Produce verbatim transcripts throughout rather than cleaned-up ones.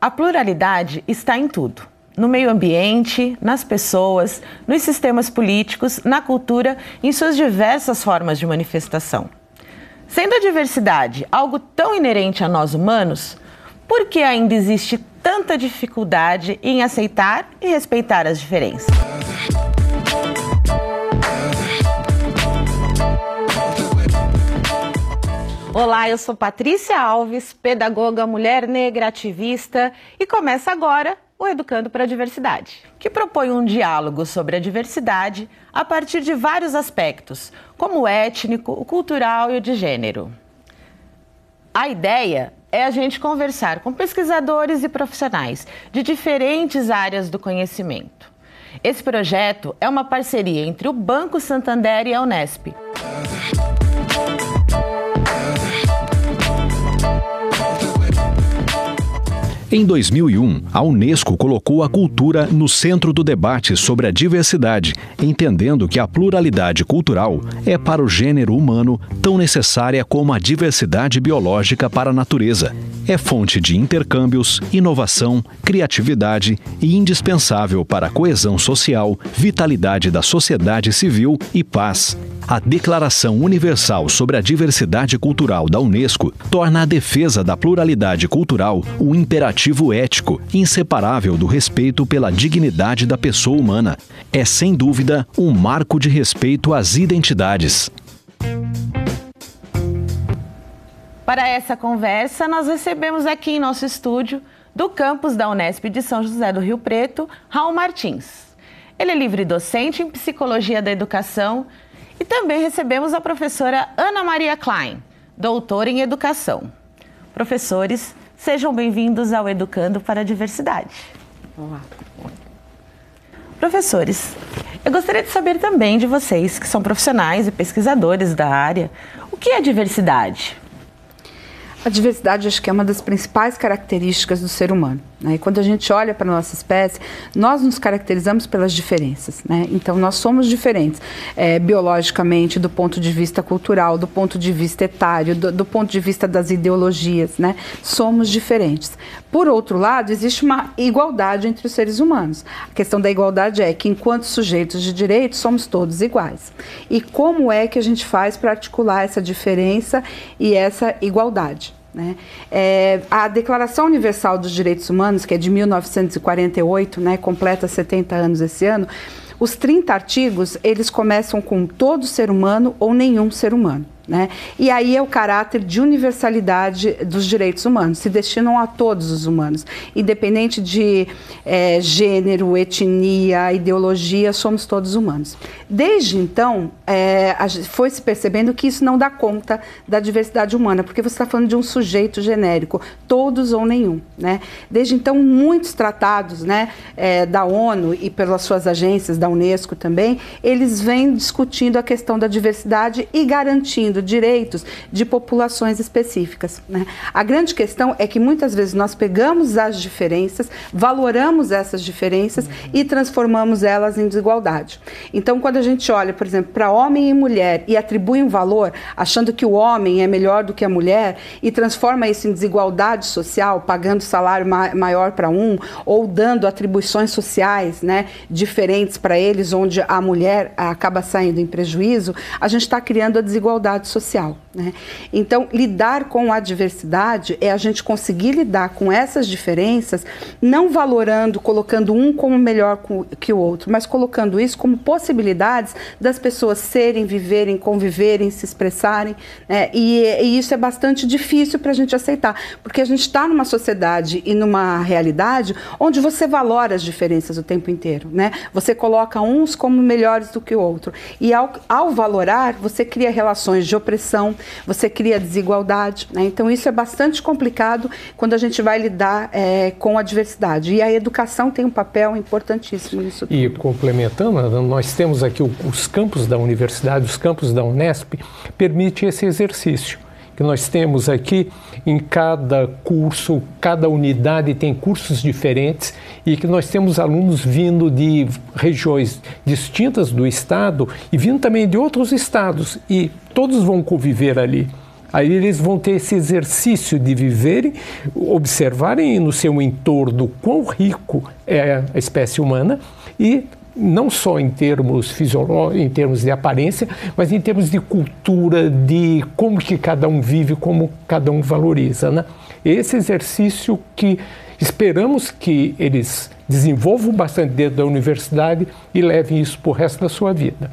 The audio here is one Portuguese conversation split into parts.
A pluralidade está em tudo. No meio ambiente, nas pessoas, nos sistemas políticos, na cultura e em suas diversas formas de manifestação. Sendo a diversidade algo tão inerente a nós humanos, por que ainda existe tanta dificuldade em aceitar e respeitar as diferenças? Olá, eu sou Patrícia Alves, pedagoga, mulher negra, ativista, e começa agora o Educando para a Diversidade, que propõe um diálogo sobre a diversidade a partir de vários aspectos, como o étnico, o cultural e o de gênero. A ideia é a gente conversar com pesquisadores e profissionais de diferentes áreas do conhecimento. Esse projeto é uma parceria entre o Banco Santander e a Unesp. Em dois mil e um, a Unesco colocou a cultura no centro do debate sobre a diversidade, entendendo que a pluralidade cultural é para o gênero humano tão necessária como a diversidade biológica para a natureza. É fonte de intercâmbios, inovação, criatividade e indispensável para a coesão social, vitalidade da sociedade civil e paz. A Declaração Universal sobre a Diversidade Cultural da Unesco torna a defesa da pluralidade cultural um imperativo ético, inseparável do respeito pela dignidade da pessoa humana. É, sem dúvida, um marco de respeito às identidades. Para essa conversa, nós recebemos aqui em nosso estúdio, do campus da Unesp de São José do Rio Preto, Raul Martins. Ele é livre docente em Psicologia da Educação. E também recebemos a professora Ana Maria Klein, doutora em Educação. Professores, sejam bem-vindos ao Educando para a Diversidade. Olá. Professores, eu gostaria de saber também de vocês, que são profissionais e pesquisadores da área, o que é diversidade? A diversidade, acho que é uma das principais características do ser humano, né? E quando a gente olha para a nossa espécie, nós nos caracterizamos pelas diferenças, né? Então, nós somos diferentes, é, biologicamente, do ponto de vista cultural, do ponto de vista etário, do, do ponto de vista das ideologias, né? Somos diferentes. Por outro lado, existe uma igualdade entre os seres humanos. A questão da igualdade é que, enquanto sujeitos de direitos, somos todos iguais. E como é que a gente faz para articular essa diferença e essa igualdade? Né? É, a Declaração Universal dos Direitos Humanos, que é de mil novecentos e quarenta e oito, né, completa setenta anos esse ano, os trinta artigos, eles começam com todo ser humano ou nenhum ser humano. Né? E aí é o caráter de universalidade dos direitos humanos, se destinam a todos os humanos, independente de é, gênero, etnia, ideologia, somos todos humanos. Desde então, é, foi se percebendo que isso não dá conta da diversidade humana, porque você está falando de um sujeito genérico, todos ou nenhum. Né? Desde então, muitos tratados, né, é, da ONU e pelas suas agências, da Unesco também, eles vêm discutindo a questão da diversidade e garantindo direitos de populações específicas. Né? A grande questão é que muitas vezes nós pegamos as diferenças, valoramos essas diferenças uhum. e transformamos elas em desigualdade. Então, quando a gente olha, por exemplo, para homem e mulher e atribui um valor, achando que o homem é melhor do que a mulher e transforma isso em desigualdade social, pagando salário ma maior para um ou dando atribuições sociais, né, diferentes para eles, onde a mulher acaba saindo em prejuízo, a gente está criando a desigualdade social. Né? Então, lidar com a diversidade é a gente conseguir lidar com essas diferenças, não valorando, colocando um como melhor que o outro, mas colocando isso como possibilidades das pessoas serem, viverem, conviverem, se expressarem. Né? E, e isso é bastante difícil para a gente aceitar, porque a gente está numa sociedade e numa realidade onde você valora as diferenças o tempo inteiro. Né? Você coloca uns como melhores do que o outro. E ao, ao valorar, você cria relações de opressão, você cria desigualdade, né? Então isso é bastante complicado quando a gente vai lidar é, com a diversidade. E a educação tem um papel importantíssimo nisso tudo. E complementando, nós temos aqui os campos da universidade, os campos da Unesp, permite esse exercício. Que nós temos aqui em cada curso, cada unidade tem cursos diferentes e que nós temos alunos vindo de regiões distintas do estado e vindo também de outros estados e todos vão conviver ali. Aí eles vão ter esse exercício de viverem, observarem no seu entorno quão rico é a espécie humana e não só em termos fisiológicos, em termos de aparência, mas em termos de cultura, de como que cada um vive, como cada um valoriza, né? Esse exercício que esperamos que eles desenvolvam bastante dentro da universidade e levem isso para o resto da sua vida.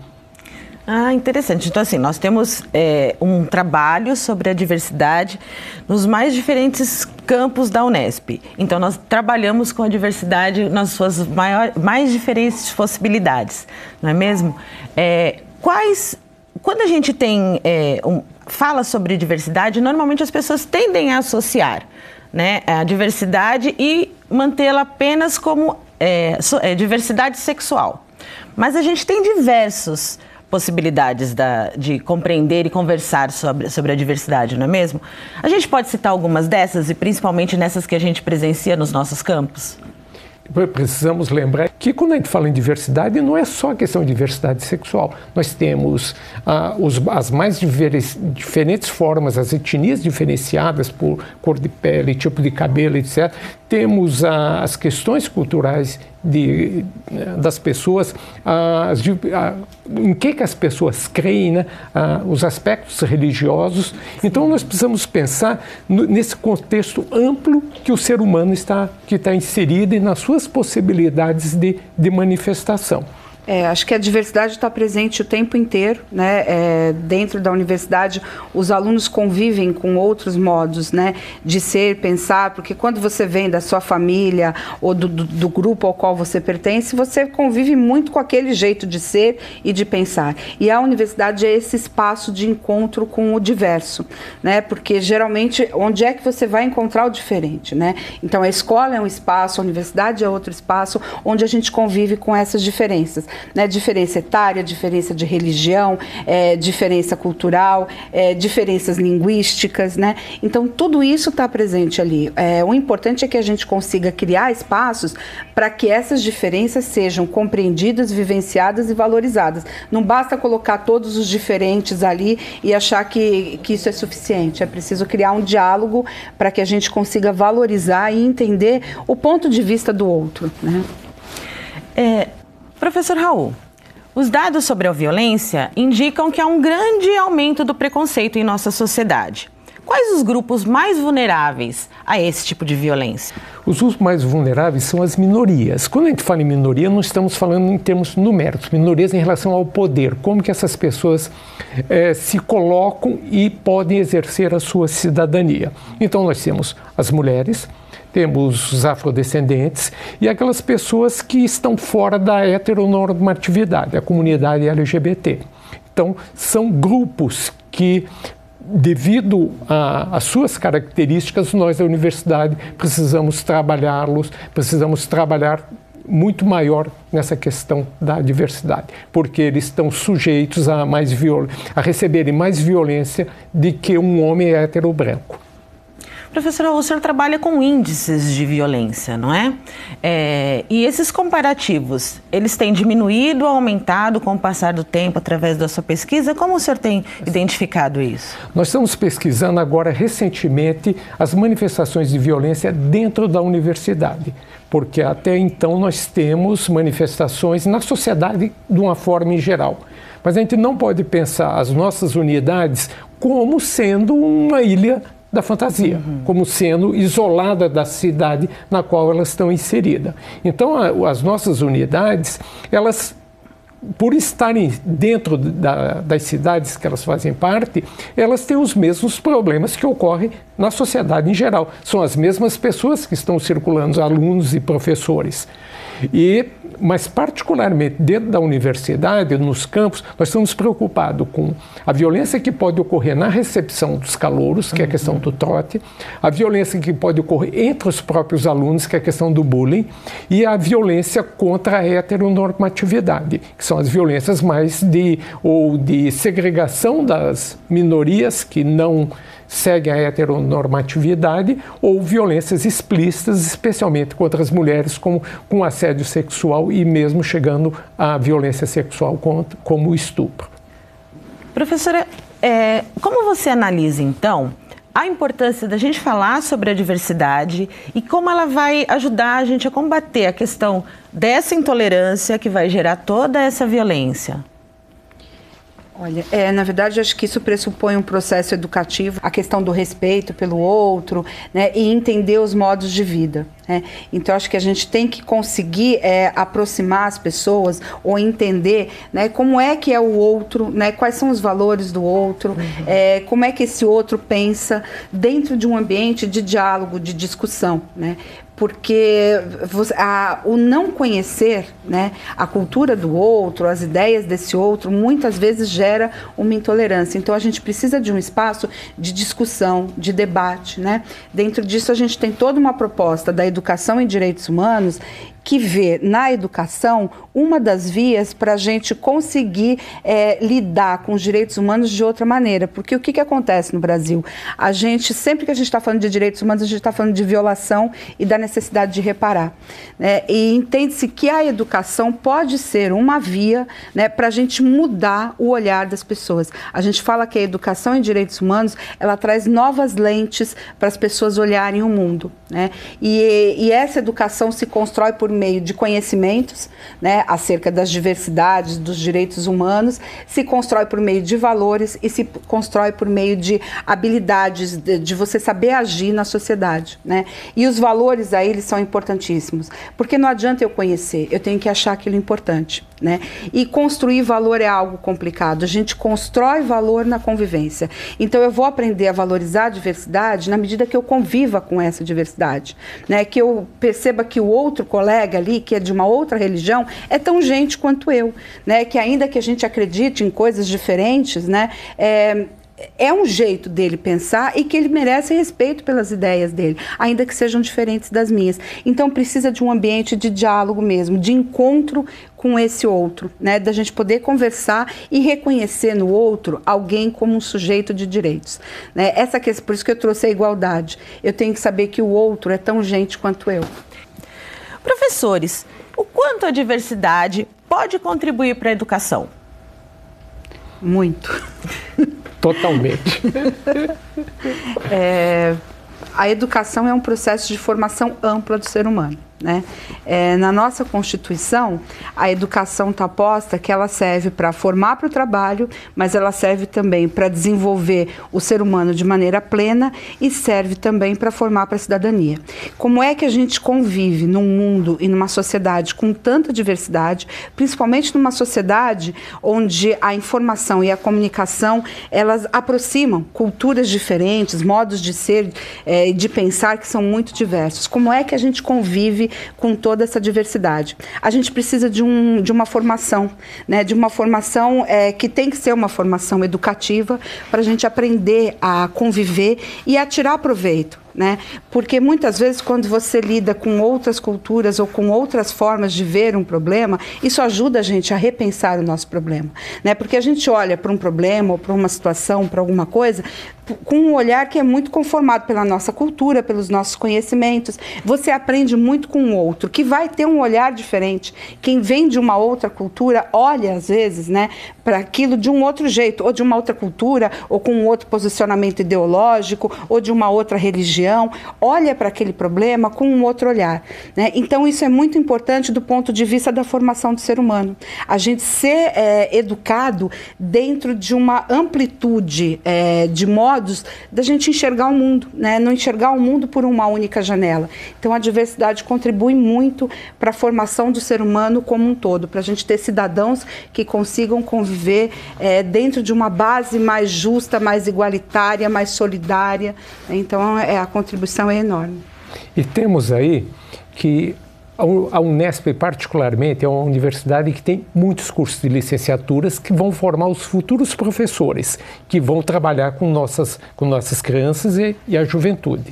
Ah, interessante. Então, assim, nós temos é, um trabalho sobre a diversidade nos mais diferentes campos da Unesp. Então, nós trabalhamos com a diversidade nas suas maior, mais diferentes possibilidades, não é mesmo? É, quais, quando a gente tem, é, um, fala sobre diversidade, normalmente as pessoas tendem a associar, né, a diversidade e mantê-la apenas como é, so, é, diversidade sexual. Mas a gente tem diversos possibilidades da, de compreender e conversar sobre, sobre a diversidade, não é mesmo? A gente pode citar algumas dessas e principalmente nessas que a gente presencia nos nossos campos? Precisamos lembrar que quando a gente fala em diversidade, não é só a questão de diversidade sexual. Nós temos ah, os, as mais diferentes formas, as etnias diferenciadas por cor de pele, tipo de cabelo, etcétera. Temos ah, as questões culturais de, das pessoas, ah, as, ah, em que, que as pessoas creem, né? ah, os aspectos religiosos. Então, nós precisamos pensar no, nesse contexto amplo que o ser humano está, que está inserido e nas suas possibilidades de, de manifestação. É, acho que a diversidade está presente o tempo inteiro, né? É, dentro da universidade, os alunos convivem com outros modos, né, de ser, pensar, porque quando você vem da sua família ou do, do, do grupo ao qual você pertence, você convive muito com aquele jeito de ser e de pensar. E a universidade é esse espaço de encontro com o diverso, né? Porque geralmente, onde é que você vai encontrar o diferente, né? Então, a escola é um espaço, a universidade é outro espaço onde a gente convive com essas diferenças. Né, diferença etária, diferença de religião, é, diferença cultural, é, diferenças linguísticas, né? Então, tudo isso está presente ali. É, o importante é que a gente consiga criar espaços para que essas diferenças sejam compreendidas, vivenciadas e valorizadas. Não basta colocar todos os diferentes ali e achar que, que isso é suficiente. É preciso criar um diálogo para que a gente consiga valorizar e entender o ponto de vista do outro, né? É... Professor Raul, os dados sobre a violência indicam que há um grande aumento do preconceito em nossa sociedade. Quais os grupos mais vulneráveis a esse tipo de violência? Os grupos mais vulneráveis são as minorias. Quando a gente fala em minoria, não estamos falando em termos numéricos, minorias em relação ao poder, como que essas pessoas eh, se colocam e podem exercer a sua cidadania. Então, nós temos as mulheres, temos os afrodescendentes e aquelas pessoas que estão fora da heteronormatividade, a comunidade L G B T. Então, são grupos que, devido às suas características, nós da universidade precisamos trabalhá-los, precisamos trabalhar muito maior nessa questão da diversidade, porque eles estão sujeitos a, mais viol... a receberem mais violência do que um homem hétero branco. Professora, o senhor trabalha com índices de violência, não é? é? E esses comparativos, eles têm diminuído ou aumentado com o passar do tempo através da sua pesquisa? Como o senhor tem identificado isso? Nós estamos pesquisando agora, recentemente, as manifestações de violência dentro da universidade, porque até então nós temos manifestações na sociedade de uma forma em geral. Mas a gente não pode pensar as nossas unidades como sendo uma ilha da fantasia, uhum. como sendo isolada da cidade na qual elas estão inseridas. Então, a, as nossas unidades, elas, por estarem dentro da, das cidades que elas fazem parte, elas têm os mesmos problemas que ocorrem na sociedade em geral. São as mesmas pessoas que estão circulando, alunos e professores. E, mas particularmente dentro da universidade, nos campos, nós estamos preocupados com a violência que pode ocorrer na recepção dos calouros, que é a questão do trote, a violência que pode ocorrer entre os próprios alunos, que é a questão do bullying, e a violência contra a heteronormatividade, que são as violências mais de, ou de segregação das minorias que não seguem a heteronormatividade, ou violências explícitas, especialmente contra as mulheres, como com assédio sexual e mesmo chegando à violência sexual como o estupro. Professora, É, como você analisa, então, a importância da gente falar sobre a diversidade e como ela vai ajudar a gente a combater a questão dessa intolerância que vai gerar toda essa violência? Olha, é, na verdade, acho que isso pressupõe um processo educativo, a questão do respeito pelo outro, né, e entender os modos de vida. Né? Então, acho que a gente tem que conseguir é, aproximar as pessoas ou entender, né, como é que é o outro, né, quais são os valores do outro, uhum. é, como é que esse outro pensa dentro de um ambiente de diálogo, de discussão, né? Porque você, a, o não conhecer, né, a cultura do outro, as ideias desse outro, muitas vezes gera uma intolerância. Então, a gente precisa de um espaço de discussão, de debate. Né? Dentro disso, a gente tem toda uma proposta da educação em direitos humanos que vê na educação uma das vias para a gente conseguir é, lidar com os direitos humanos de outra maneira. Porque o que, que acontece no Brasil? A gente, sempre que a gente está falando de direitos humanos, a gente está falando de violação e da necessidade de reparar. Né? E entende-se que a educação pode ser uma via, né, para a gente mudar o olhar das pessoas. A gente fala que a educação em direitos humanos, ela traz novas lentes para as pessoas olharem o mundo. Né? E, e essa educação se constrói por meio de conhecimentos, né, acerca das diversidades, dos direitos humanos, se constrói por meio de valores e se constrói por meio de habilidades, de, de você saber agir na sociedade. Né? E os valores aí, eles são importantíssimos, porque não adianta eu conhecer, eu tenho que achar aquilo importante. Né? E construir valor é algo complicado, a gente constrói valor na convivência. Então eu vou aprender a valorizar a diversidade na medida que eu conviva com essa diversidade, né? Que eu perceba que o outro colega ali, que é de uma outra religião, é tão gente quanto eu, né? Que ainda que a gente acredite em coisas diferentes, né? É, é um jeito dele pensar e que ele merece respeito pelas ideias dele, ainda que sejam diferentes das minhas. Então precisa de um ambiente de diálogo mesmo, de encontro com esse outro, né? Da gente poder conversar e reconhecer no outro alguém como um sujeito de direitos. Né? Essa questão, por isso que eu trouxe a igualdade. Eu tenho que saber que o outro é tão gente quanto eu. Professores, o quanto a diversidade pode contribuir para a educação? Muito. Totalmente. é, a educação é um processo de formação ampla do ser humano. Né? É, na nossa Constituição, a educação está posta que ela serve para formar para o trabalho, mas ela serve também para desenvolver o ser humano de maneira plena e serve também para formar para a cidadania. Como é que a gente convive num mundo e numa sociedade com tanta diversidade, principalmente numa sociedade onde a informação e a comunicação, elas aproximam culturas diferentes, modos de ser e é, de pensar que são muito diversos. Como é que a gente convive com toda essa diversidade? A gente precisa de, um, de uma formação, né? De uma formação é, que tem que ser uma formação educativa para a gente aprender a conviver e a tirar proveito. Né? Porque muitas vezes quando você lida com outras culturas ou com outras formas de ver um problema, isso ajuda a gente a repensar o nosso problema. Né? Porque a gente olha para um problema ou para uma situação, para alguma coisa, com um olhar que é muito conformado pela nossa cultura, pelos nossos conhecimentos. Você aprende muito com o outro, que vai ter um olhar diferente. Quem vem de uma outra cultura olha, às vezes, né, para aquilo de um outro jeito, ou de uma outra cultura, ou com um outro posicionamento ideológico, ou de uma outra religião, olha para aquele problema com um outro olhar. Né? Então, isso é muito importante do ponto de vista da formação do ser humano. A gente ser é, educado dentro de uma amplitude é, de modos da gente enxergar o mundo, né? Não enxergar o mundo por uma única janela. Então, a diversidade contribui muito para a formação do ser humano como um todo, para a gente ter cidadãos que consigam conviver é, dentro de uma base mais justa, mais igualitária, mais solidária. Então, é, a contribuição é enorme. E temos aí que a Unesp, particularmente, é uma universidade que tem muitos cursos de licenciaturas que vão formar os futuros professores, que vão trabalhar com nossas, com nossas crianças e, e a juventude.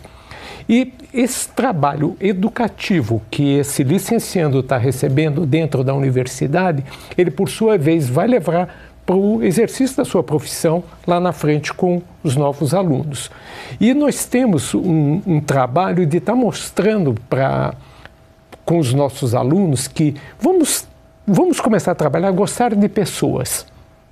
E esse trabalho educativo que esse licenciando está recebendo dentro da universidade, ele, por sua vez, vai levar para o exercício da sua profissão lá na frente com os novos alunos. E nós temos um, um trabalho de estar tá mostrando para com os nossos alunos que vamos, vamos começar a trabalhar, gostar de pessoas.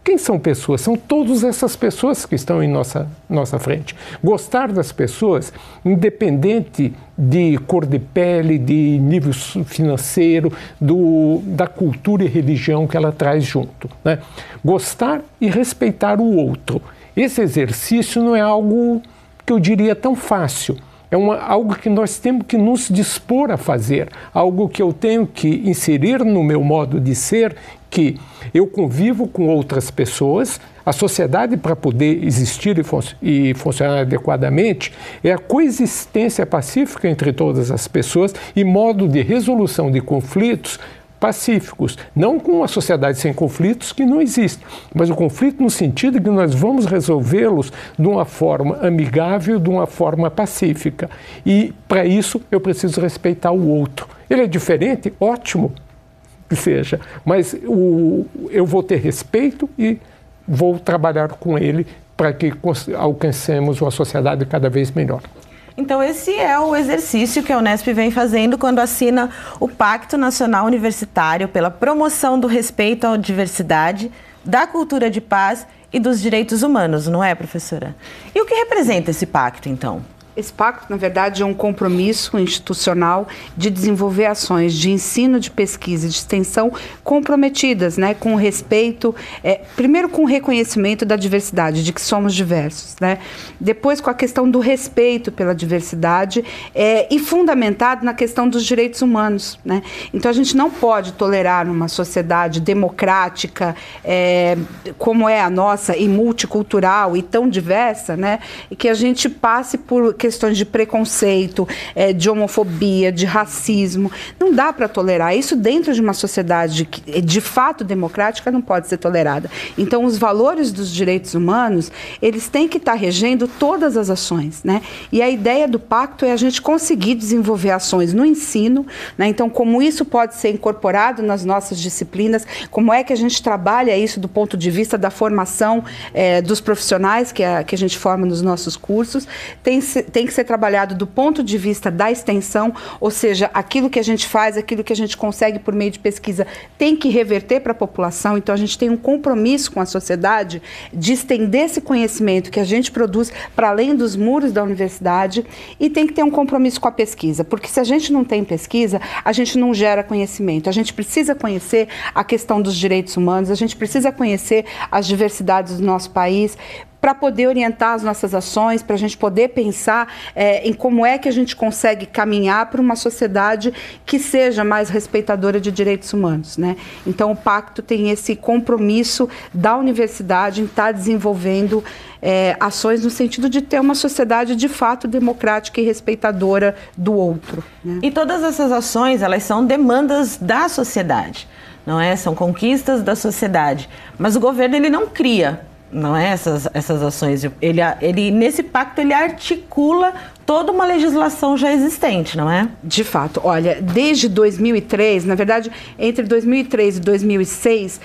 Quem são pessoas? São todas essas pessoas que estão em nossa, nossa frente. Gostar das pessoas, independente de cor de pele, de nível financeiro, do, da cultura e religião que ela traz junto, né? Gostar e respeitar o outro. Esse exercício não é algo que eu diria tão fácil. É uma, algo que nós temos que nos dispor a fazer, algo que eu tenho que inserir no meu modo de ser, que eu convivo com outras pessoas. A sociedade, para poder existir e, fun e funcionar adequadamente, é a coexistência pacífica entre todas as pessoas e modo de resolução de conflitos pacíficos, não com uma sociedade sem conflitos que não existe, mas o conflito no sentido de que nós vamos resolvê-los de uma forma amigável, de uma forma pacífica. E para isso eu preciso respeitar o outro. Ele é diferente? Ótimo que seja, mas o, eu vou ter respeito e vou trabalhar com ele para que alcancemos uma sociedade cada vez melhor. Então esse é o exercício que a Unesp vem fazendo quando assina o Pacto Nacional Universitário pela promoção do respeito à diversidade, da cultura de paz e dos direitos humanos, não é, professora? E o que representa esse pacto, então? Esse pacto, na verdade, é um compromisso institucional de desenvolver ações de ensino, de pesquisa e de extensão comprometidas, né, com o respeito, é, primeiro com o reconhecimento da diversidade, de que somos diversos, né, depois com a questão do respeito pela diversidade é, e fundamentado na questão dos direitos humanos, né. Então a gente não pode tolerar numa sociedade democrática é, como é a nossa e multicultural e tão diversa, né, e que a gente passe por questões de preconceito, é, de homofobia, de racismo. Não dá para tolerar. Isso dentro de uma sociedade que, de fato democrática, não pode ser tolerada. Então, os valores dos direitos humanos, eles têm que estar regendo todas as ações, né? E a ideia do pacto é a gente conseguir desenvolver ações no ensino, né? Então, como isso pode ser incorporado nas nossas disciplinas, como é que a gente trabalha isso do ponto de vista da formação é, dos profissionais que a, que a gente forma nos nossos cursos, tem tem que ser trabalhado do ponto de vista da extensão, ou seja, aquilo que a gente faz, aquilo que a gente consegue por meio de pesquisa, tem que reverter para a população. Então, a gente tem um compromisso com a sociedade de estender esse conhecimento que a gente produz para além dos muros da universidade e tem que ter um compromisso com a pesquisa, porque se a gente não tem pesquisa, a gente não gera conhecimento. A gente precisa conhecer a questão dos direitos humanos, a gente precisa conhecer as diversidades do nosso país, para poder orientar as nossas ações, para a gente poder pensar é, em como é que a gente consegue caminhar para uma sociedade que seja mais respeitadora de direitos humanos, né? Então, o pacto tem esse compromisso da universidade em estar desenvolvendo é, ações no sentido de ter uma sociedade de fato democrática e respeitadora do outro, né? E todas essas ações, elas são demandas da sociedade, não é? São conquistas da sociedade. Mas o governo, ele não cria, não é, essas, essas ações. Ele, ele, nesse pacto, ele articula toda uma legislação já existente, não é? De fato. Olha, desde dois mil e três, na verdade, entre dois mil e três e dois mil e seis,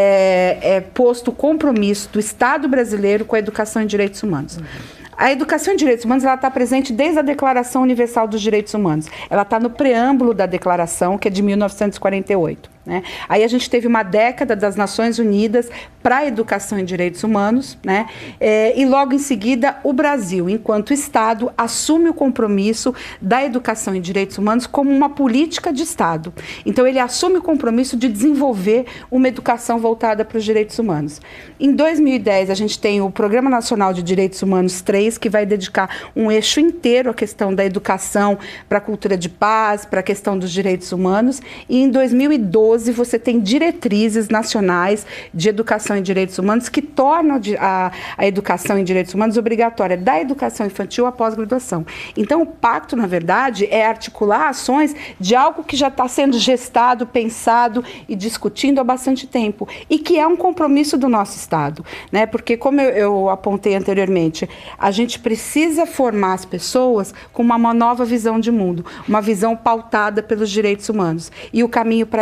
é, é posto o compromisso do Estado brasileiro com a educação em direitos humanos. Uhum. A educação em direitos humanos está presente desde a Declaração Universal dos Direitos Humanos. Ela está no preâmbulo da declaração, que é de mil novecentos e quarenta e oito. Né? Aí a gente teve uma década das Nações Unidas para a educação em direitos humanos, né? É, e logo em seguida o Brasil, enquanto Estado, assume o compromisso da educação em direitos humanos como uma política de Estado. Então ele assume o compromisso de desenvolver uma educação voltada para os direitos humanos. Em dois mil e dez a gente tem o Programa Nacional de Direitos Humanos três, que vai dedicar um eixo inteiro à questão da educação para a cultura de paz, para a questão dos direitos humanos, e em dois mil e doze você tem diretrizes nacionais de educação em direitos humanos que tornam a, a educação em direitos humanos obrigatória da educação infantil à pós-graduação. Então, o pacto, na verdade, é articular ações de algo que já está sendo gestado, pensado e discutindo há bastante tempo e que é um compromisso do nosso Estado, né? Porque, como eu, eu apontei anteriormente, a gente precisa formar as pessoas com uma nova visão de mundo, uma visão pautada pelos direitos humanos. E o caminho para isso é a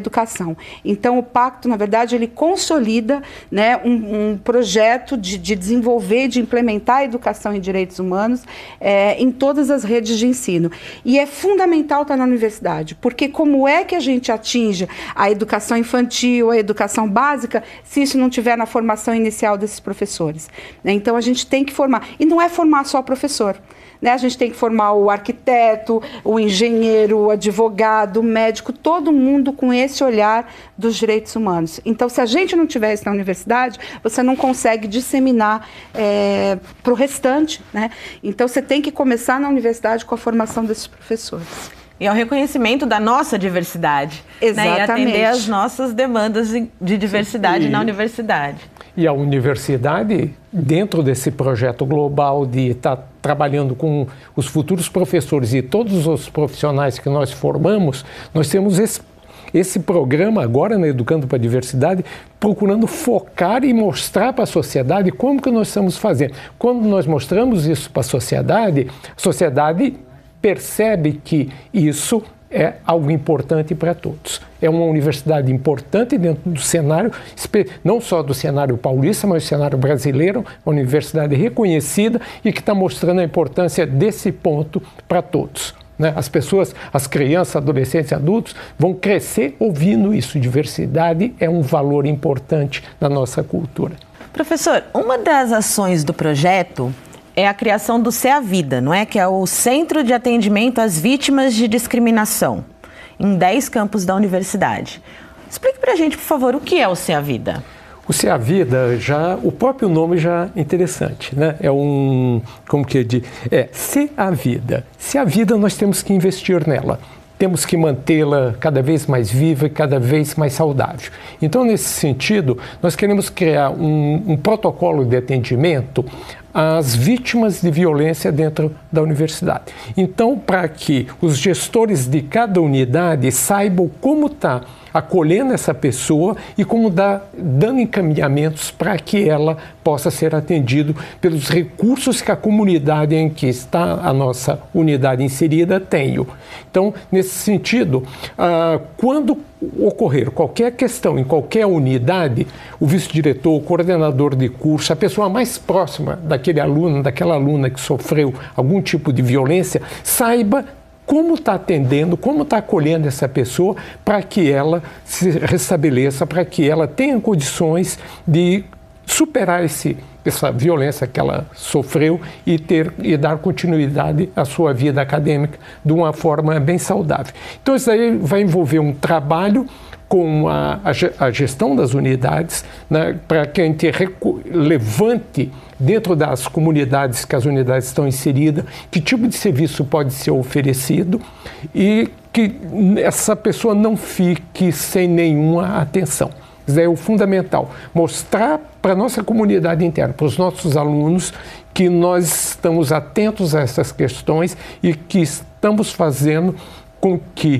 educação. Então, o pacto, na verdade, ele consolida, né, um, um projeto de, de desenvolver, de implementar a educação em direitos humanos é, em todas as redes de ensino. E é fundamental estar na universidade, porque como é que a gente atinge a educação infantil, a educação básica, se isso não tiver na formação inicial desses professores? Então, a gente tem que formar. E não é formar só professor. Né? A gente tem que formar o arquiteto, o engenheiro, o advogado, o médico, todo mundo com esse olhar dos direitos humanos. Então, se a gente não tiver isso na universidade, você não consegue disseminar é, para o restante. Né? Então, você tem que começar na universidade com a formação desses professores. E ao reconhecimento da nossa diversidade. Exatamente. Né? E atender às nossas demandas de diversidade e, na universidade. E a universidade, dentro desse projeto global de estar tá trabalhando com os futuros professores e todos os profissionais que nós formamos, nós temos esse, esse programa agora, na Educando para a Diversidade, procurando focar e mostrar para a sociedade como que nós estamos fazendo. Quando nós mostramos isso para a sociedade, a sociedade percebe que isso é algo importante para todos. É uma universidade importante dentro do cenário, não só do cenário paulista, mas do cenário brasileiro, uma universidade reconhecida e que está mostrando a importância desse ponto para todos. Né? As pessoas, as crianças, adolescentes e adultos vão crescer ouvindo isso. Diversidade é um valor importante na nossa cultura. Professor, uma das ações do projeto é a criação do C E A Vida, não é? Que é o Centro de Atendimento às Vítimas de Discriminação, em dez campos da universidade. Explique para a gente, por favor, o que é o C E A Vida? O C E A Vida, já, o próprio nome já é interessante, né? É um, como que é de, é C E A Vida. C E A Vida, nós temos que investir nela. Temos que mantê-la cada vez mais viva e cada vez mais saudável. Então, nesse sentido, nós queremos criar um, um protocolo de atendimento às vítimas de violência dentro da universidade. Então, para que os gestores de cada unidade saibam como está acolhendo essa pessoa e como dar, dando encaminhamentos para que ela possa ser atendida pelos recursos que a comunidade em que está a nossa unidade inserida tem. Então, nesse sentido, ah, quando ocorrer qualquer questão em qualquer unidade, o vice-diretor, o coordenador de curso, a pessoa mais próxima daquele aluno, daquela aluna que sofreu algum tipo de violência, saiba como está atendendo, como está acolhendo essa pessoa para que ela se restabeleça, para que ela tenha condições de superar esse, essa violência que ela sofreu e, ter, e dar continuidade à sua vida acadêmica de uma forma bem saudável. Então, isso aí vai envolver um trabalho com a, a gestão das unidades, né, para que a gente levante dentro das comunidades que as unidades estão inseridas, que tipo de serviço pode ser oferecido e que essa pessoa não fique sem nenhuma atenção. Isso é o fundamental, mostrar para a nossa comunidade interna, para os nossos alunos, que nós estamos atentos a essas questões e que estamos fazendo com que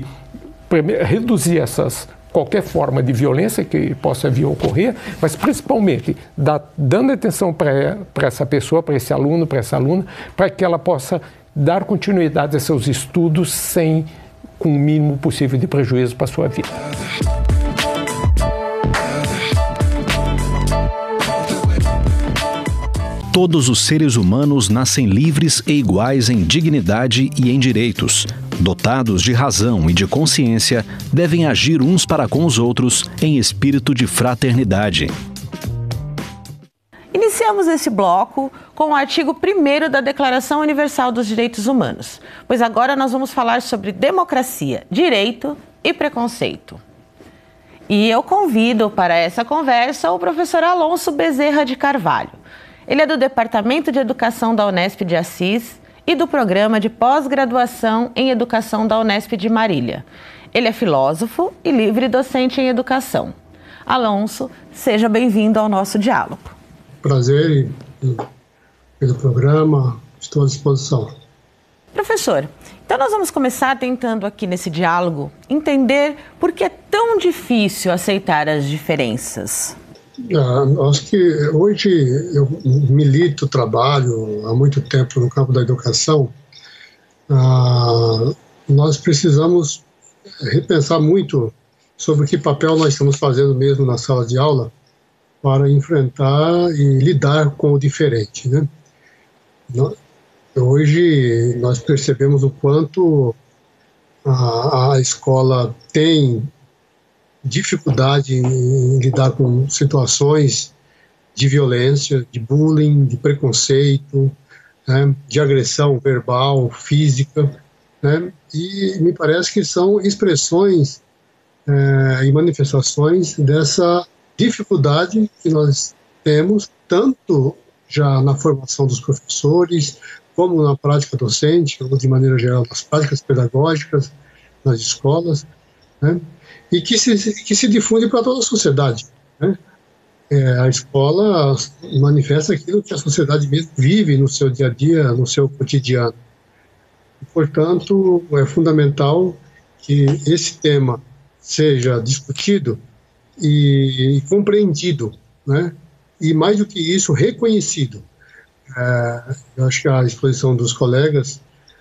reduzir essas qualquer forma de violência que possa vir a ocorrer, mas principalmente da, dando atenção para essa pessoa, para esse aluno, para essa aluna, para que ela possa dar continuidade a seus estudos sem, com o mínimo possível de prejuízo para a sua vida. Todos os seres humanos nascem livres e iguais em dignidade e em direitos. Dotados de razão e de consciência, devem agir uns para com os outros em espírito de fraternidade. Iniciamos esse bloco com o artigo primeiro da Declaração Universal dos Direitos Humanos, pois agora nós vamos falar sobre democracia, direito e preconceito. E eu convido para essa conversa o professor Alonso Bezerra de Carvalho. Ele é do Departamento de Educação da Unesp de Assis e do Programa de Pós-Graduação em Educação da Unesp de Marília. Ele é filósofo e livre docente em educação. Alonso, seja bem-vindo ao nosso diálogo. Prazer pelo programa, estou à disposição. Professor, então nós vamos começar tentando aqui nesse diálogo entender por que é tão difícil aceitar as diferenças. Ah, acho que hoje eu milito, trabalho há muito tempo no campo da educação. Ah, nós precisamos repensar muito sobre que papel nós estamos fazendo mesmo na sala de aula para enfrentar e lidar com o diferente, né? Hoje nós percebemos o quanto a, a escola tem dificuldade em lidar com situações de violência, de bullying, de preconceito, né, de agressão verbal, física, né, e me parece que são expressões é, e manifestações dessa dificuldade que nós temos, tanto já na formação dos professores, como na prática docente, ou de maneira geral, nas práticas pedagógicas, nas escolas, né, e que se, que se difunde para toda a sociedade, né. É, a escola manifesta aquilo que a sociedade mesmo vive no seu dia a dia, no seu cotidiano. Portanto, é fundamental que esse tema seja discutido e, e compreendido, né? E mais do que isso, reconhecido. É, eu acho que a exposição dos colegas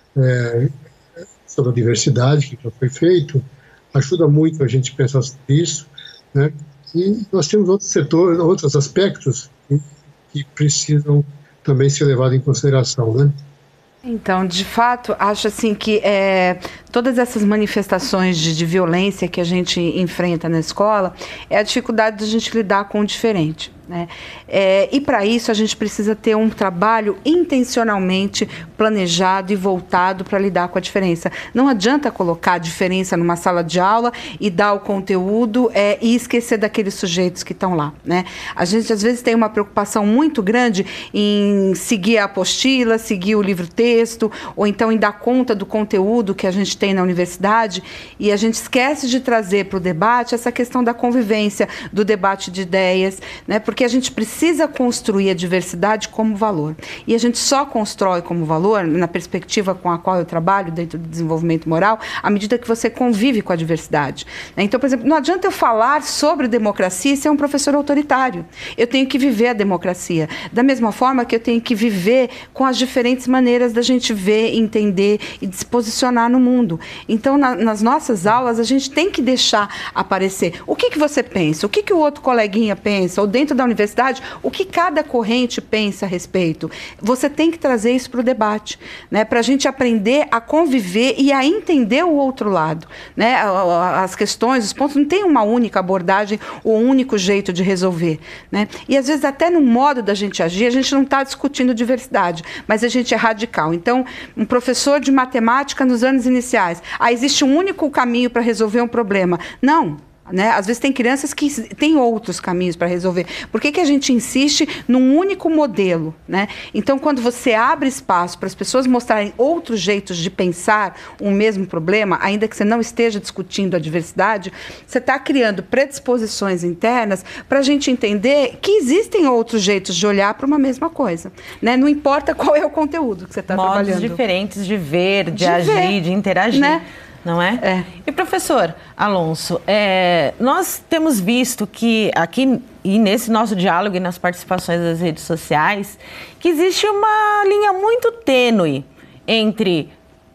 é, sobre a diversidade que já foi feito ajuda muito a gente pensar sobre isso, né? E nós temos outros setores, outros aspectos que, que precisam também ser levados em consideração, né? Então, de fato, acho assim que é, todas essas manifestações de, de violência que a gente enfrenta na escola é a dificuldade de a gente lidar com o diferente, né? É, e para isso a gente precisa ter um trabalho intencionalmente planejado e voltado para lidar com a diferença. Não adianta colocar a diferença numa sala de aula e dar o conteúdo é, e esquecer daqueles sujeitos que estão lá, né? A gente às vezes tem uma preocupação muito grande em seguir a apostila, seguir o livro-texto, ou então em dar conta do conteúdo que a gente tem na universidade, e a gente esquece de trazer para o debate essa questão da convivência, do debate de ideias, né? Porque a gente precisa construir a diversidade como valor. E a gente só constrói como valor, na perspectiva com a qual eu trabalho, dentro do desenvolvimento moral, à medida que você convive com a diversidade. Então, por exemplo, não adianta eu falar sobre democracia e ser um professor autoritário. Eu tenho que viver a democracia. Da mesma forma que eu tenho que viver com as diferentes maneiras da gente ver, entender e de se posicionar no mundo. Então, na, nas nossas aulas, a gente tem que deixar aparecer o que, que você pensa, o que, que o outro coleguinha pensa, ou dentro da universidade, o que cada corrente pensa a respeito. Você tem que trazer isso para o debate, né, para a gente aprender a conviver e a entender o outro lado, né, as questões, os pontos, não tem uma única abordagem ou um único jeito de resolver, né, e às vezes até no modo da gente agir, a gente não está discutindo diversidade, mas a gente é radical. Então, um professor de matemática nos anos iniciais, ah, existe um único caminho para resolver um problema. Não. Né? Às vezes tem crianças que têm outros caminhos para resolver. Por que que a gente insiste num único modelo, né? Então, quando você abre espaço para as pessoas mostrarem outros jeitos de pensar um mesmo problema, ainda que você não esteja discutindo a diversidade, você está criando predisposições internas para a gente entender que existem outros jeitos de olhar para uma mesma coisa, né? Não importa qual é o conteúdo que você está trabalhando. Modos diferentes de ver, de, de agir, ver, de interagir. Né? Não é? É. E, professor Alonso, é, nós temos visto que aqui e nesse nosso diálogo e nas participações das redes sociais, que existe uma linha muito tênue entre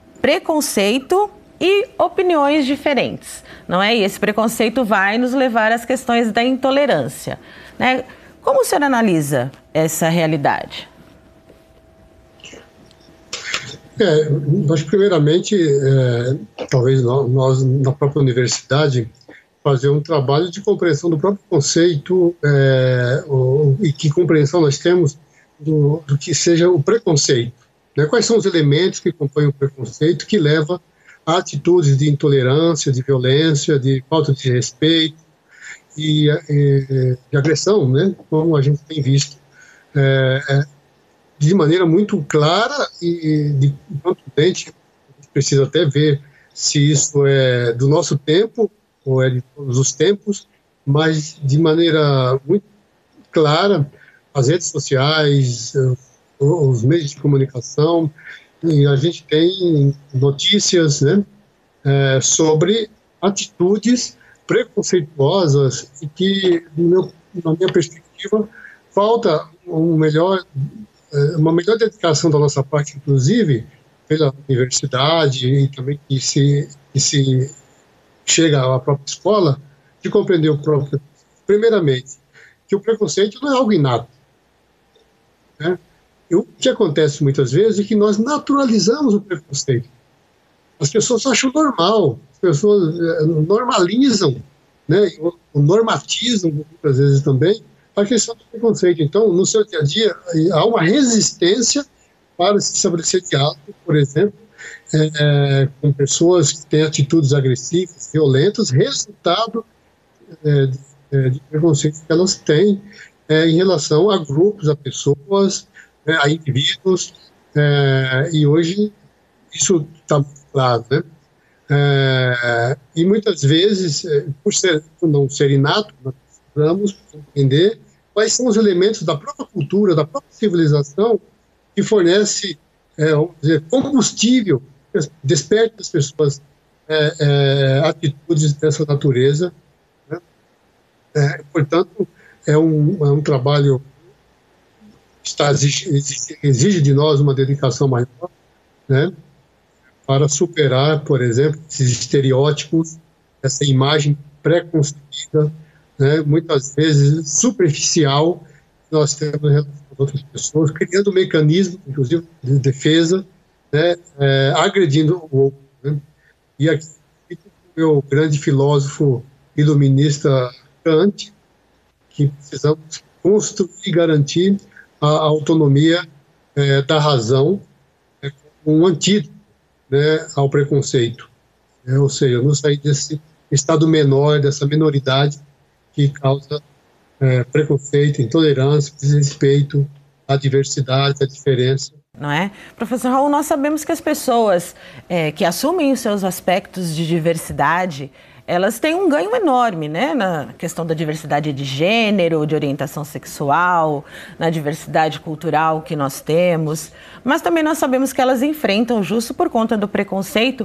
preconceito e opiniões diferentes, não é? E esse preconceito vai nos levar às questões da intolerância, né? Como o senhor analisa essa realidade? É, nós, primeiramente, é, talvez nós, na própria universidade, fazer um trabalho de compreensão do próprio conceito é, o, e que compreensão nós temos do, do que seja o preconceito, né? Quais são os elementos que compõem o preconceito que leva a atitudes de intolerância, de violência, de falta de respeito e, e de agressão, né? Como a gente tem visto. É, é, de maneira muito clara e de contundente. A gente precisa até ver se isso é do nosso tempo ou é de todos os tempos, mas de maneira muito clara, as redes sociais, os meios de comunicação, e a gente tem notícias, né, é, sobre atitudes preconceituosas e que, no meu, na minha perspectiva, falta um melhor uma melhor dedicação da nossa parte, inclusive, pela universidade e também que se, que se chega à própria escola, de compreender o próprio. Primeiramente, que o preconceito não é algo inato, né? E o que acontece muitas vezes é que nós naturalizamos o preconceito. As pessoas acham normal, as pessoas é, normalizam, né? O normatizam muitas vezes também a questão do preconceito. Então, no seu dia a dia, há uma resistência para se estabelecer diálogo, por exemplo, é, é, com pessoas que têm atitudes agressivas, violentas, resultado é, de, de preconceito que elas têm é, em relação a grupos, a pessoas, é, a indivíduos, é, e hoje isso está claro, né? É, e muitas vezes, por, ser, por não ser inato, nós precisamos entender quais são os elementos da própria cultura, da própria civilização, que fornece, é, vamos dizer, combustível, desperte as pessoas é, é, atitudes dessa natureza, né? É, portanto, é um, é um trabalho que está, exige, exige de nós uma dedicação maior, né? Para superar, por exemplo, esses estereótipos, essa imagem pré-construída, né, muitas vezes superficial, que nós temos em relação às outras pessoas, criando mecanismos, inclusive, de defesa, né, é, agredindo o outro. Né? E aqui, o meu grande filósofo iluminista Kant, que precisamos construir e garantir a autonomia é, da razão, é, como um antídoto, né, ao preconceito, né, ou seja, não sair desse estado menor, dessa minoridade que causa é, preconceito, intolerância, desrespeito à diversidade, à diferença. Não é? Professor Raul, nós sabemos que as pessoas é, que assumem os seus aspectos de diversidade, elas têm um ganho enorme, né, na questão da diversidade de gênero, de orientação sexual, na diversidade cultural que nós temos, mas também nós sabemos que elas enfrentam, justo por conta do preconceito,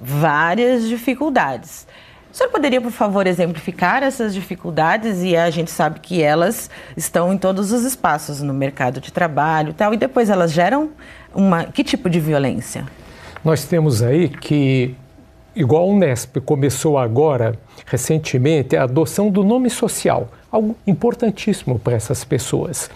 várias dificuldades. O senhor poderia, por favor, exemplificar essas dificuldades? E a gente sabe que elas estão em todos os espaços, no mercado de trabalho e tal, e depois elas geram uma... que tipo de violência? Nós temos aí que... Igual a Unesp começou agora, recentemente, a adoção do nome social, algo importantíssimo para essas pessoas.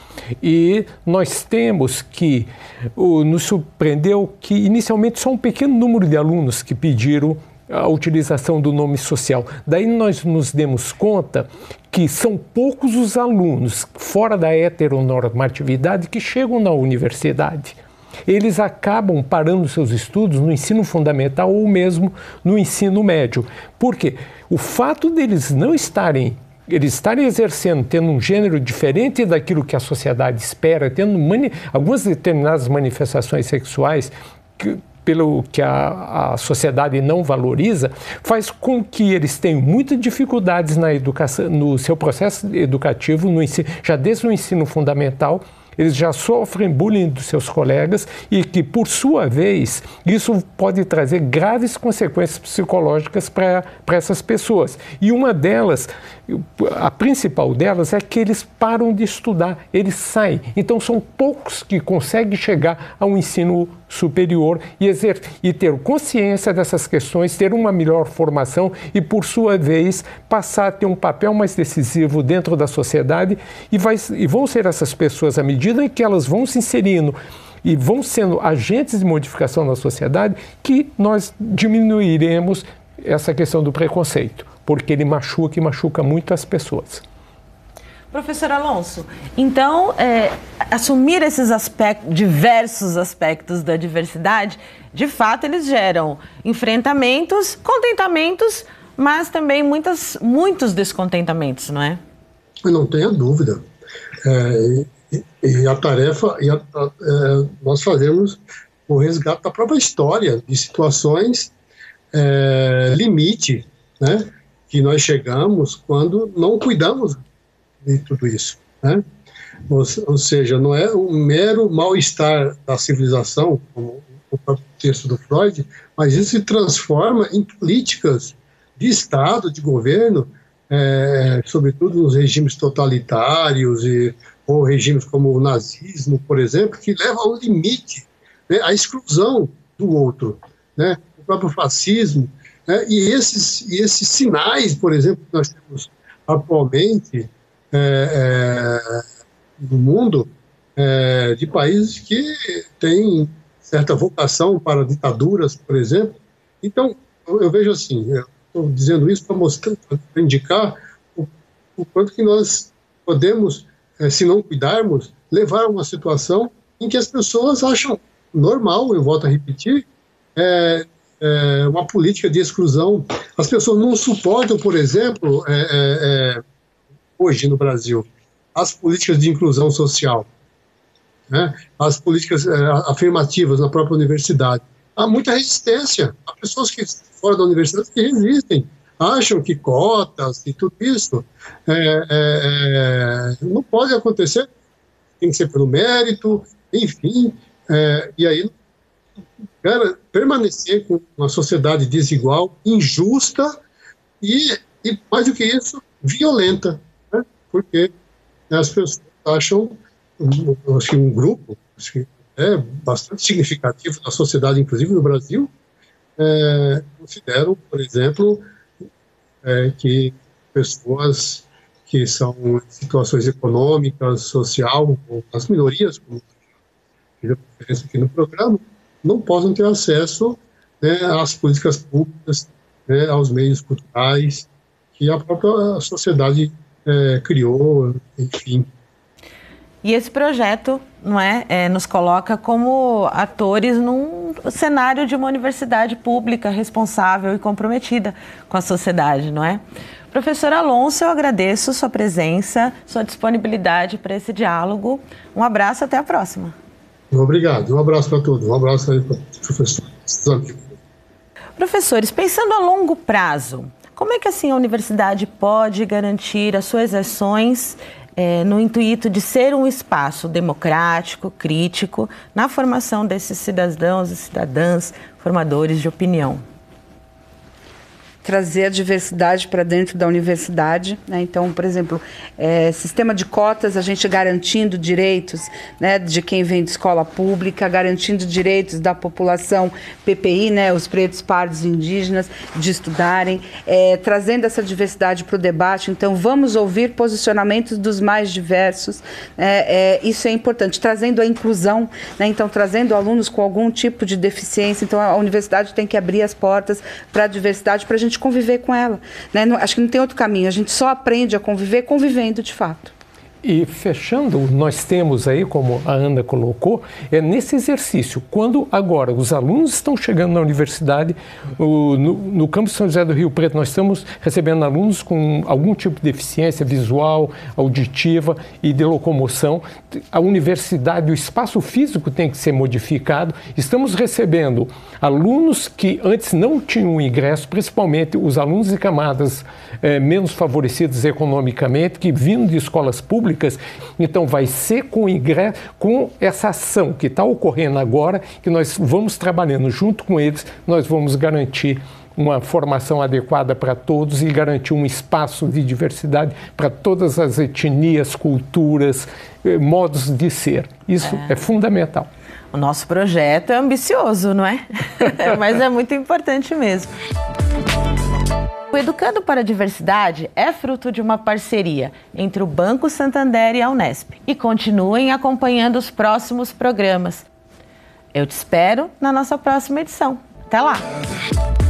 E nós temos que, o, nos surpreendeu que inicialmente só um pequeno número de alunos que pediram a utilização do nome social. Daí nós nos demos conta que são poucos os alunos fora da heteronormatividade que chegam na universidade. Eles acabam parando seus estudos no ensino fundamental ou mesmo no ensino médio. Por quê? O fato deles não estarem, eles estarem exercendo, tendo um gênero diferente daquilo que a sociedade espera, tendo mani- algumas determinadas manifestações sexuais que, pelo que a, a sociedade não valoriza, faz com que eles tenham muitas dificuldades na educação, no seu processo educativo, no ensino, já desde o ensino fundamental. Eles já sofrem bullying dos seus colegas e que, por sua vez, isso pode trazer graves consequências psicológicas para essas pessoas. E uma delas, a principal delas, é que eles param de estudar, eles saem. Então, são poucos que conseguem chegar ao ensino superior e, exer- e ter consciência dessas questões, ter uma melhor formação e, por sua vez, passar a ter um papel mais decisivo dentro da sociedade e, vai, e vão ser essas pessoas, à medida em que elas vão se inserindo e vão sendo agentes de modificação na sociedade, que nós diminuiremos essa questão do preconceito, porque ele machuca e machuca muito as pessoas. Professor Alonso, então, é, assumir esses aspectos, diversos aspectos da diversidade, de fato, eles geram enfrentamentos, contentamentos, mas também muitas, muitos descontentamentos, não é? Não tenha dúvida. É, e, e a tarefa, e a, a, é, nós fazemos o resgate da própria história, de situações é, limite, né, que nós chegamos quando não cuidamos de tudo isso, né? Ou, ou seja, não é um mero mal-estar da civilização, como o próprio texto do Freud, mas isso se transforma em políticas de Estado, de governo, é, sobretudo nos regimes totalitários e, ou regimes como o nazismo, por exemplo, que levam ao limite, né, à exclusão do outro, né? O próprio fascismo É, e, esses, e esses sinais, por exemplo, que nós temos atualmente é, é, no mundo, é, de países que têm certa vocação para ditaduras, por exemplo. Então, eu, eu vejo assim, estou dizendo isso para mostrar, para indicar o, o quanto que nós podemos, é, se não cuidarmos, levar a uma situação em que as pessoas acham normal, eu volto a repetir, é, é, uma política de exclusão. As pessoas não suportam, por exemplo, é, é, hoje no Brasil, as políticas de inclusão social, né? As políticas é, afirmativas na própria universidade. Há muita resistência. Há pessoas que fora da universidade que resistem, acham que cotas e tudo isso é, é, é, não pode acontecer, tem que ser pelo mérito, enfim, é, e aí cara, permanecer com uma sociedade desigual, injusta e, e mais do que isso, violenta, né? Porque as pessoas acham, acho que um grupo acho que é bastante significativo da sociedade, inclusive no Brasil, é, consideram, por exemplo, é, que pessoas que são em situações econômicas, social, ou as minorias, como eu referência aqui no programa, não possam ter acesso, né, às políticas públicas, né, aos meios culturais que a própria sociedade é, criou, enfim. E esse projeto, não é, é, nos coloca como atores num cenário de uma universidade pública responsável e comprometida com a sociedade, não é? Professor Alonso, eu agradeço sua presença, sua disponibilidade para esse diálogo. Um abraço, até a próxima. Obrigado, um abraço para todos, um abraço aí para os professores. Professores, pensando a longo prazo, como é que assim a universidade pode garantir as suas ações é, no intuito de ser um espaço democrático, crítico, na formação desses cidadãos e cidadãs formadores de opinião? Trazer a diversidade para dentro da universidade, né? Então, por exemplo, é, sistema de cotas, a gente garantindo direitos, né, de quem vem de escola pública, garantindo direitos da população P P I, né, os pretos, pardos e indígenas, de estudarem, é, trazendo essa diversidade para o debate. Então, vamos ouvir posicionamentos dos mais diversos, é, é, isso é importante, trazendo a inclusão, né? Então, trazendo alunos com algum tipo de deficiência. Então, a universidade tem que abrir as portas para a diversidade, para a gente conviver com ela, né? Não, acho que não tem outro caminho, a gente só aprende a conviver convivendo de fato. E fechando, nós temos aí, como a Ana colocou, é nesse exercício, quando agora os alunos estão chegando na universidade, o, no, no campus São José do Rio Preto, nós estamos recebendo alunos com algum tipo de deficiência visual, auditiva e de locomoção. A universidade, o espaço físico tem que ser modificado. Estamos recebendo alunos que antes não tinham ingresso, principalmente os alunos de camadas eh, menos favorecidas economicamente, que vinham de escolas públicas. Então vai ser com, ingresso, com essa ação que está ocorrendo agora, que nós vamos trabalhando junto com eles, nós vamos garantir uma formação adequada para todos e garantir um espaço de diversidade para todas as etnias, culturas, modos de ser. Isso é, é fundamental. O nosso projeto é ambicioso, não é? Mas é muito importante mesmo. O Educando para a Diversidade é fruto de uma parceria entre o Banco Santander e a Unesp. E continuem acompanhando os próximos programas. Eu te espero na nossa próxima edição. Até lá!